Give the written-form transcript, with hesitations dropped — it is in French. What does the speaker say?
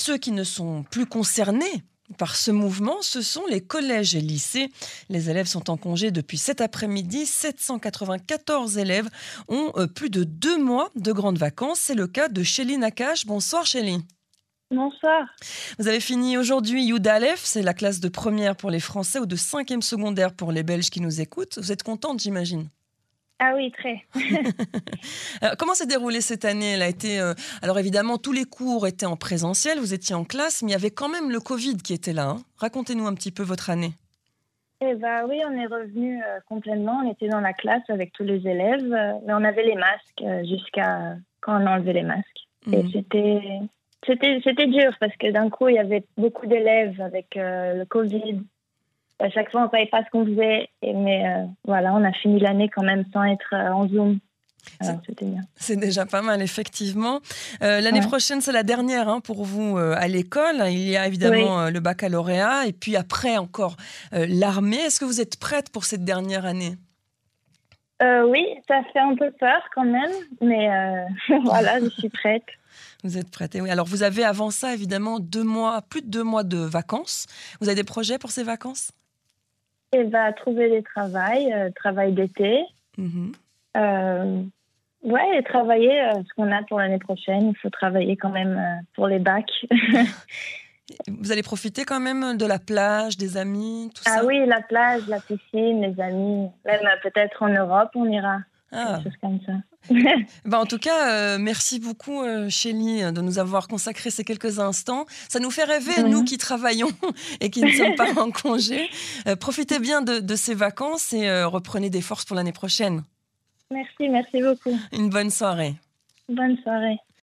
ceux qui ne sont plus concernés par ce mouvement, ce sont les collèges et lycées. Les élèves sont en congé depuis cet après-midi. 794 élèves ont plus de 2 mois de grandes vacances. C'est le cas de Shelly Nakache. Bonsoir Shelly. Bonsoir. Vous avez fini aujourd'hui Yud Aleph, c'est la classe de première pour les Français ou de 5e secondaire pour les Belges qui nous écoutent. Vous êtes contente, j'imagine? Ah oui, très. Comment s'est déroulée cette année? Elle a été, alors évidemment, tous les cours étaient en présentiel, vous étiez en classe, mais il y avait quand même le Covid qui était là. Racontez-nous un petit peu votre année. Eh ben oui, on est revenu complètement. On était dans la classe avec tous les élèves, mais on avait les masques jusqu'à quand on a enlevé les masques. Et c'était dur parce que d'un coup, il y avait beaucoup d'élèves avec le Covid. À chaque fois, on ne savait pas ce qu'on faisait. Mais voilà, on a fini l'année quand même sans être en Zoom. Alors, c'était bien. C'est déjà pas mal, effectivement. L'année prochaine, c'est la dernière pour vous à l'école. Il y a évidemment le baccalauréat et puis après encore l'armée. Est-ce que vous êtes prête pour cette dernière année? Oui, ça fait un peu peur quand même, mais voilà, je suis prête. Vous êtes prête, oui. Alors, vous avez avant ça, évidemment, plus de 2 mois de vacances. Vous avez des projets pour ces vacances? Et trouver des travail d'été. Et travailler ce qu'on a pour l'année prochaine. Il faut travailler quand même pour les bacs. Vous allez profiter quand même de la plage, des amis, tout ça? Ah oui, la plage, la piscine, les amis. Même peut-être en Europe, on ira. Quelque chose comme ça. En tout cas, merci beaucoup, Shelly, de nous avoir consacré ces quelques instants. Ça nous fait rêver, nous qui travaillons et qui ne sommes pas en congé. Profitez bien de ces vacances et reprenez des forces pour l'année prochaine. Merci beaucoup. Une bonne soirée. Bonne soirée.